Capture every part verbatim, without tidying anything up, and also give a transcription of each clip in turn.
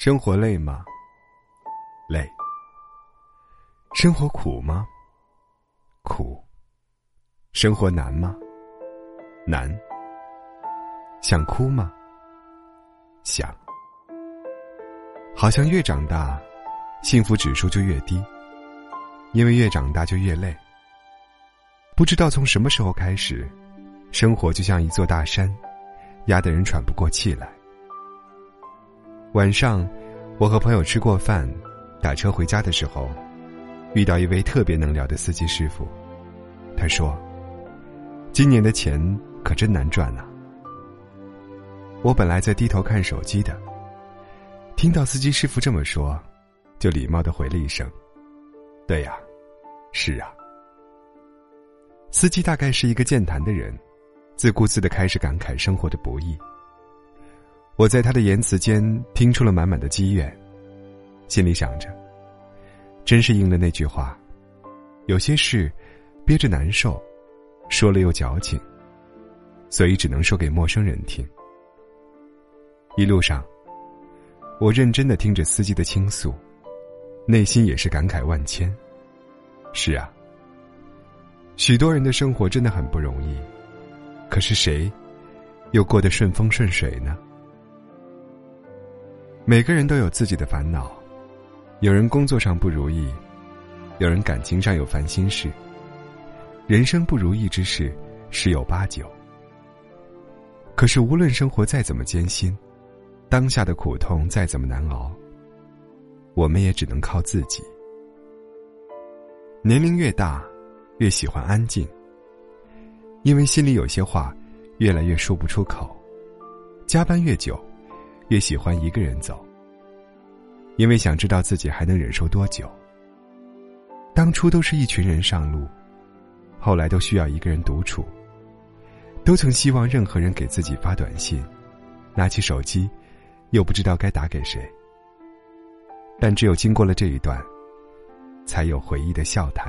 生活累吗？累。生活苦吗？苦。生活难吗？难。想哭吗？想。好像越长大，幸福指数就越低，因为越长大就越累。不知道从什么时候开始，生活就像一座大山，压得人喘不过气来。晚上，我和朋友吃过饭，打车回家的时候，遇到一位特别能聊的司机师傅。他说：“今年的钱可真难赚啊。”我本来在低头看手机的，听到司机师傅这么说，就礼貌地回了一声：“对呀，是啊。”司机大概是一个健谈的人，自顾自地开始感慨生活的不易。我在他的言辞间听出了满满的积怨，心里想着，真是应了那句话，有些事憋着难受，说了又矫情，所以只能说给陌生人听。一路上，我认真地听着司机的倾诉，内心也是感慨万千。是啊，许多人的生活真的很不容易，可是谁又过得顺风顺水呢？每个人都有自己的烦恼，有人工作上不如意，有人感情上有烦心事，人生不如意之事十有八九。可是无论生活再怎么艰辛，当下的苦痛再怎么难熬，我们也只能靠自己。年龄越大，越喜欢安静，因为心里有些话越来越说不出口。加班越久，越喜欢一个人走，因为想知道自己还能忍受多久。当初都是一群人上路，后来都需要一个人独处。都曾希望任何人给自己发短信，拿起手机又不知道该打给谁。但只有经过了这一段，才有回忆的笑谈。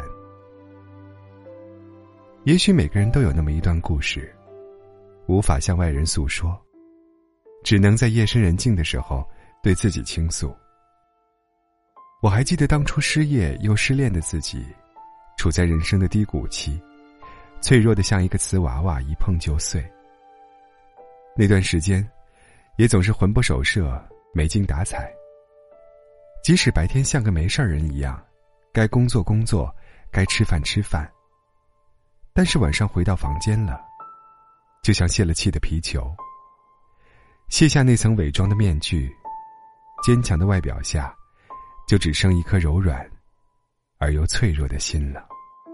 也许每个人都有那么一段故事，无法向外人诉说，只能在夜深人静的时候对自己倾诉。我还记得当初失业又失恋的自己，处在人生的低谷期，脆弱的像一个瓷娃娃，一碰就碎。那段时间也总是魂不守舍，没精打采。即使白天像个没事人一样，该工作工作，该吃饭吃饭，但是晚上回到房间了，就像泄了气的皮球，卸下那层伪装的面具，坚强的外表下就只剩一颗柔软而又脆弱的心了。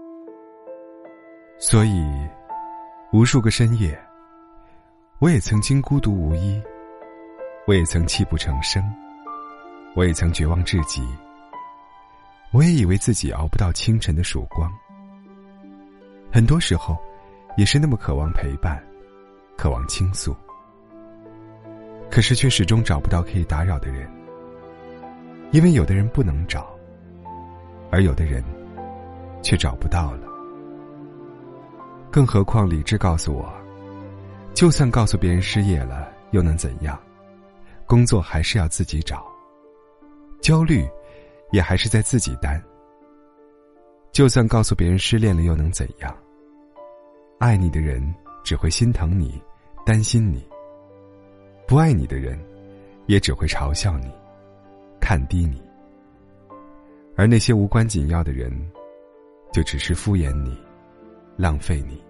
所以无数个深夜，我也曾经孤独无依，我也曾泣不成声，我也曾绝望至极，我也以为自己熬不到清晨的曙光。很多时候也是那么渴望陪伴，渴望倾诉，可是却始终找不到可以打扰的人。因为有的人不能找，而有的人却找不到了。更何况理智告诉我，就算告诉别人失业了又能怎样，工作还是要自己找，焦虑也还是在自己担。就算告诉别人失恋了又能怎样，爱你的人只会心疼你，担心你，不爱你的人也只会嘲笑你，看低你。而那些无关紧要的人，就只是敷衍你，浪费你。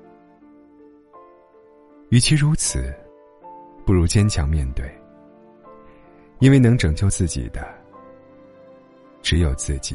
与其如此，不如坚强面对，因为能拯救自己的只有自己。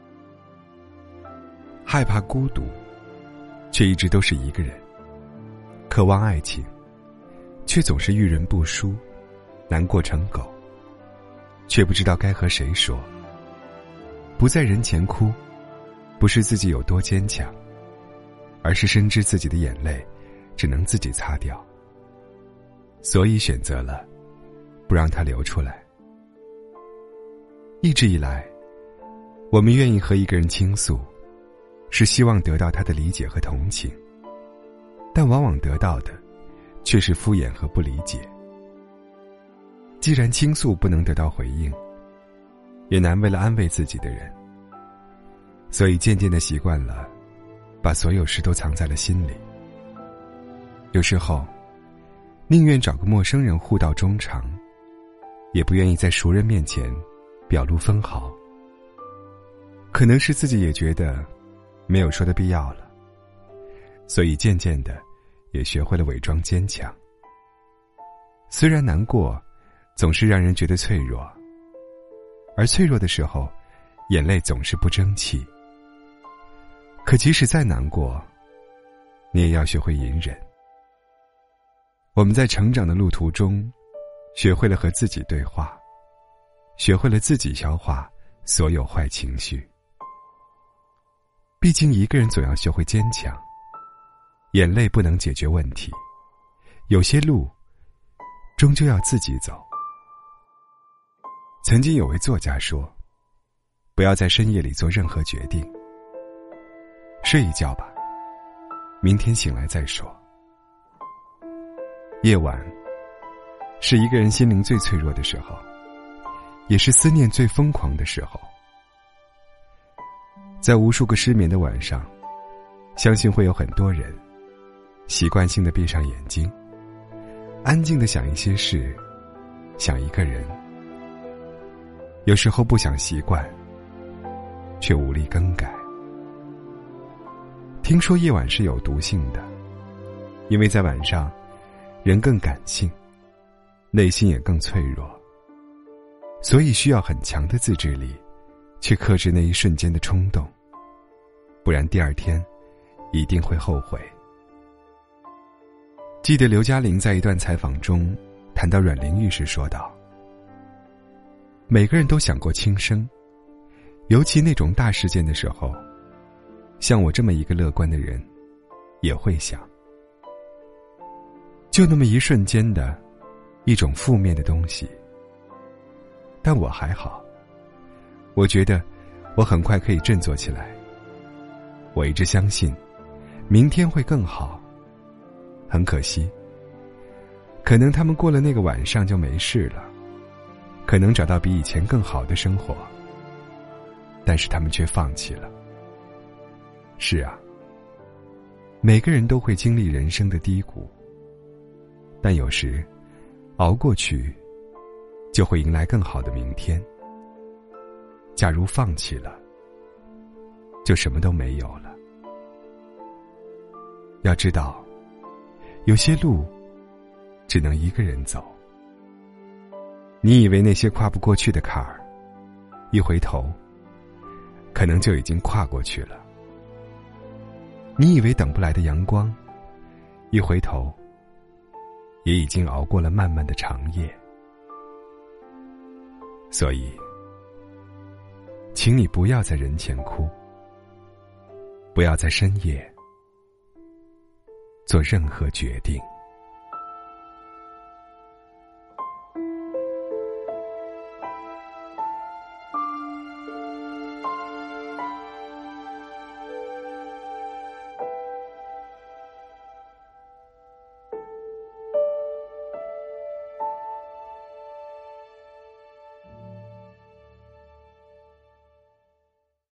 害怕孤独，却一直都是一个人；渴望爱情，却总是遇人不淑，难过成狗，却不知道该和谁说。不在人前哭，不是自己有多坚强，而是深知自己的眼泪只能自己擦掉，所以选择了不让它流出来。一直以来，我们愿意和一个人倾诉，是希望得到他的理解和同情，但往往得到的却是敷衍和不理解。既然倾诉不能得到回应， 也难为了安慰自己的人，所以渐渐地习惯了把所有事都藏在了心里。有时候宁愿找个陌生人互道衷肠，也不愿意在熟人面前表露分毫。可能是自己也觉得没有说的必要了，所以渐渐的也学会了伪装坚强。虽然难过总是让人觉得脆弱，而脆弱的时候眼泪总是不争气，可即使再难过，你也要学会隐忍。我们在成长的路途中学会了和自己对话，学会了自己消化所有坏情绪。毕竟一个人总要学会坚强，眼泪不能解决问题，有些路终究要自己走。曾经有位作家说，不要在深夜里做任何决定，睡一觉吧，明天醒来再说。夜晚是一个人心灵最脆弱的时候，也是思念最疯狂的时候。在无数个失眠的晚上，相信会有很多人习惯性地闭上眼睛，安静地想一些事，想一个人。有时候不想习惯，却无力更改。听说夜晚是有毒性的，因为在晚上人更感性，内心也更脆弱，所以需要很强的自制力去克制那一瞬间的冲动，不然第二天一定会后悔。记得刘嘉玲在一段采访中谈到阮玲玉时说道，每个人都想过轻生，尤其那种大事件的时候，像我这么一个乐观的人也会想，就那么一瞬间的一种负面的东西。但我还好，我觉得我很快可以振作起来。我一直相信明天会更好。很可惜，可能他们过了那个晚上就没事了，可能找到比以前更好的生活，但是他们却放弃了。是啊，每个人都会经历人生的低谷，但有时熬过去就会迎来更好的明天。假如放弃了，就什么都没有了。要知道，有些路只能一个人走。你以为那些跨不过去的坎儿，一回头可能就已经跨过去了。你以为等不来的阳光，一回头也已经熬过了漫漫的长夜。所以请你不要在人前哭，不要在深夜做任何决定。